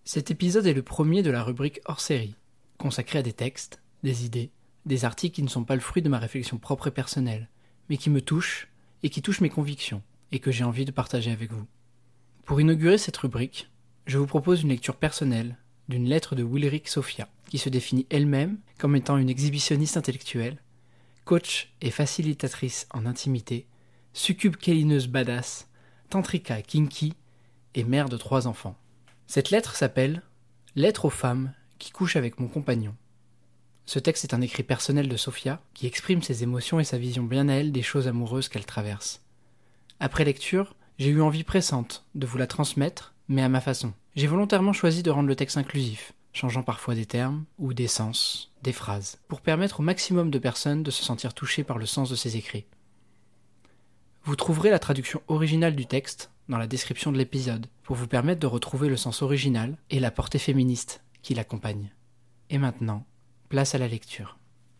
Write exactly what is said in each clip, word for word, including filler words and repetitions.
Cet épisode est le premier de la rubrique hors-série, consacrée à des textes, des idées, des articles qui ne sont pas le fruit de ma réflexion propre et personnelle, mais qui me touchent et qui touchent mes convictions, et que j'ai envie de partager avec vous. Pour inaugurer cette rubrique, je vous propose une lecture personnelle d'une lettre de Wilrick Sophia, qui se définit elle-même comme étant une exhibitionniste intellectuelle, coach et facilitatrice en intimité, succube câlineuse badass, tantrika kinky et mère de trois enfants. Cette lettre s'appelle « Lettre aux femmes qui couchent avec mon compagnon ». Ce texte est un écrit personnel de Sophia qui exprime ses émotions et sa vision bien à elle des choses amoureuses qu'elle traverse. Après lecture, j'ai eu envie pressante de vous la transmettre, mais à ma façon. J'ai volontairement choisi de rendre le texte inclusif, changeant parfois des termes ou des sens, des phrases, pour permettre au maximum de personnes de se sentir touchées par le sens de ses écrits. Vous trouverez la traduction originale du texte dans la description de l'épisode, pour vous permettre de retrouver le sens original et la portée féministe qui l'accompagne. Et maintenant, place à la lecture.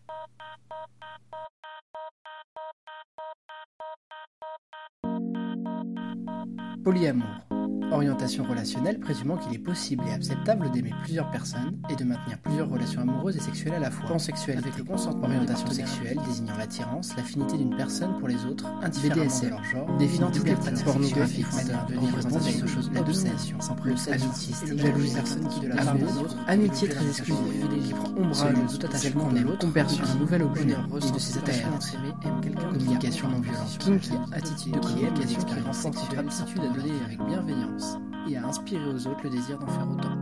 Polyamour. Orientation relationnelle présumant qu'il est possible et acceptable d'aimer plusieurs personnes et de maintenir plusieurs relations amoureuses et sexuelles à la fois. Pansexuel avec le consentement. Orientation sexuelle désignant l'attirance, l'affinité d'une personne pour les autres, indifféremment de leur genre, définant toutes les pratiques pornographiques, de représentation de choses obsession, le sadisme, jalousie personne qui de la part des autres, amitié très exclusive, qui prend ombrage de tout attachement de l'autre, comperçu un nouvel objet et de ses attaches, communication non violente, kinky, attitude de communication qui renforce votre aptitude à donner avec bienveillance et à inspirer aux autres le désir d'en faire autant.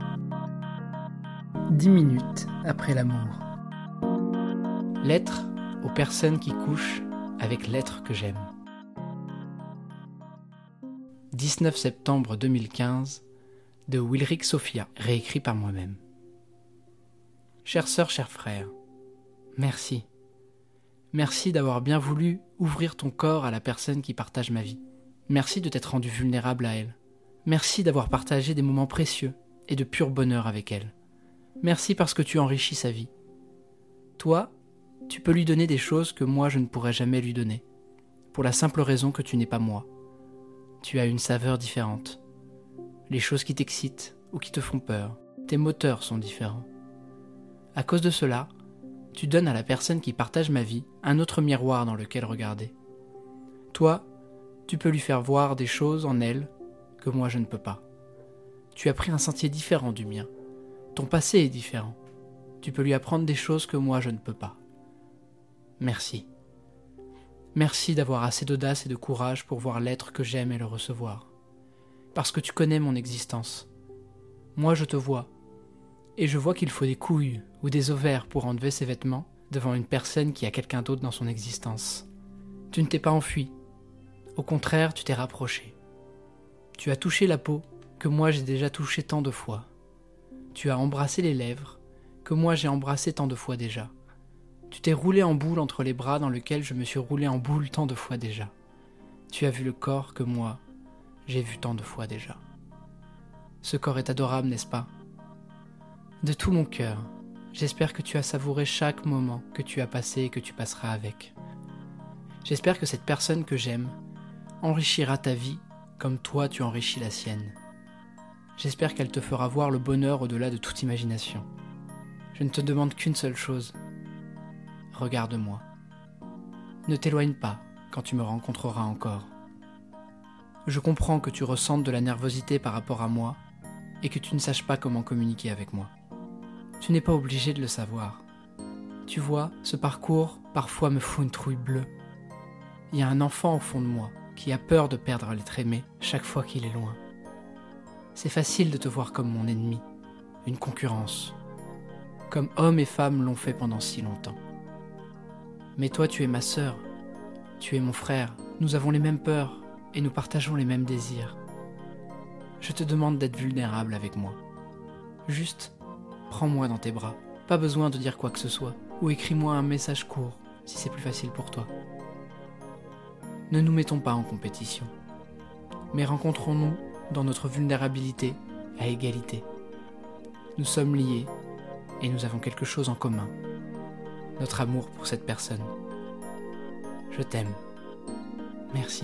Dix minutes après l'amour. Lettre aux personnes qui couchent avec l'être que j'aime. dix-neuf septembre deux mille quinze, de Wilrick Sophia, réécrit par moi-même. Chère sœur, cher frère, merci. Merci d'avoir bien voulu ouvrir ton corps à la personne qui partage ma vie. Merci de t'être rendu vulnérable à elle. Merci d'avoir partagé des moments précieux et de pur bonheur avec elle. Merci parce que tu enrichis sa vie. Toi, tu peux lui donner des choses que moi je ne pourrais jamais lui donner, pour la simple raison que tu n'es pas moi. Tu as une saveur différente. Les choses qui t'excitent ou qui te font peur, tes moteurs sont différents. À cause de cela, tu donnes à la personne qui partage ma vie un autre miroir dans lequel regarder. Toi, tu peux lui faire voir des choses en elle que moi je ne peux pas. Tu as pris un sentier différent du mien. Ton passé est différent. Tu peux lui apprendre des choses que moi je ne peux pas. Merci. Merci d'avoir assez d'audace et de courage pour voir l'être que j'aime et le recevoir. Parce que tu connais mon existence. Moi je te vois. Et je vois qu'il faut des couilles ou des ovaires pour enlever ses vêtements devant une personne qui a quelqu'un d'autre dans son existence. Tu ne t'es pas enfui. Au contraire, tu t'es rapproché. Tu as touché la peau que moi j'ai déjà touchée tant de fois. Tu as embrassé les lèvres que moi j'ai embrassées tant de fois déjà. Tu t'es roulé en boule entre les bras dans lesquels je me suis roulé en boule tant de fois déjà. Tu as vu le corps que moi j'ai vu tant de fois déjà. Ce corps est adorable, n'est-ce pas? De tout mon cœur, j'espère que tu as savouré chaque moment que tu as passé et que tu passeras avec. J'espère que cette personne que j'aime enrichira ta vie comme toi tu enrichis la sienne. J'espère qu'elle te fera voir le bonheur au-delà de toute imagination. Je ne te demande qu'une seule chose. Regarde-moi. Ne t'éloigne pas quand tu me rencontreras encore. Je comprends que tu ressentes de la nervosité par rapport à moi et que tu ne saches pas comment communiquer avec moi. Tu n'es pas obligé de le savoir. Tu vois, ce parcours parfois me fout une trouille bleue. Il y a un enfant au fond de moi qui a peur de perdre l'être aimé chaque fois qu'il est loin. C'est facile de te voir comme mon ennemi, une concurrence, comme hommes et femmes l'ont fait pendant si longtemps. Mais toi, tu es ma sœur, tu es mon frère, nous avons les mêmes peurs et nous partageons les mêmes désirs. Je te demande d'être vulnérable avec moi. Juste, prends-moi dans tes bras, pas besoin de dire quoi que ce soit, ou écris-moi un message court, si c'est plus facile pour toi. Ne nous mettons pas en compétition, mais rencontrons-nous dans notre vulnérabilité à égalité. Nous sommes liés et nous avons quelque chose en commun, notre amour pour cette personne. Je t'aime. Merci.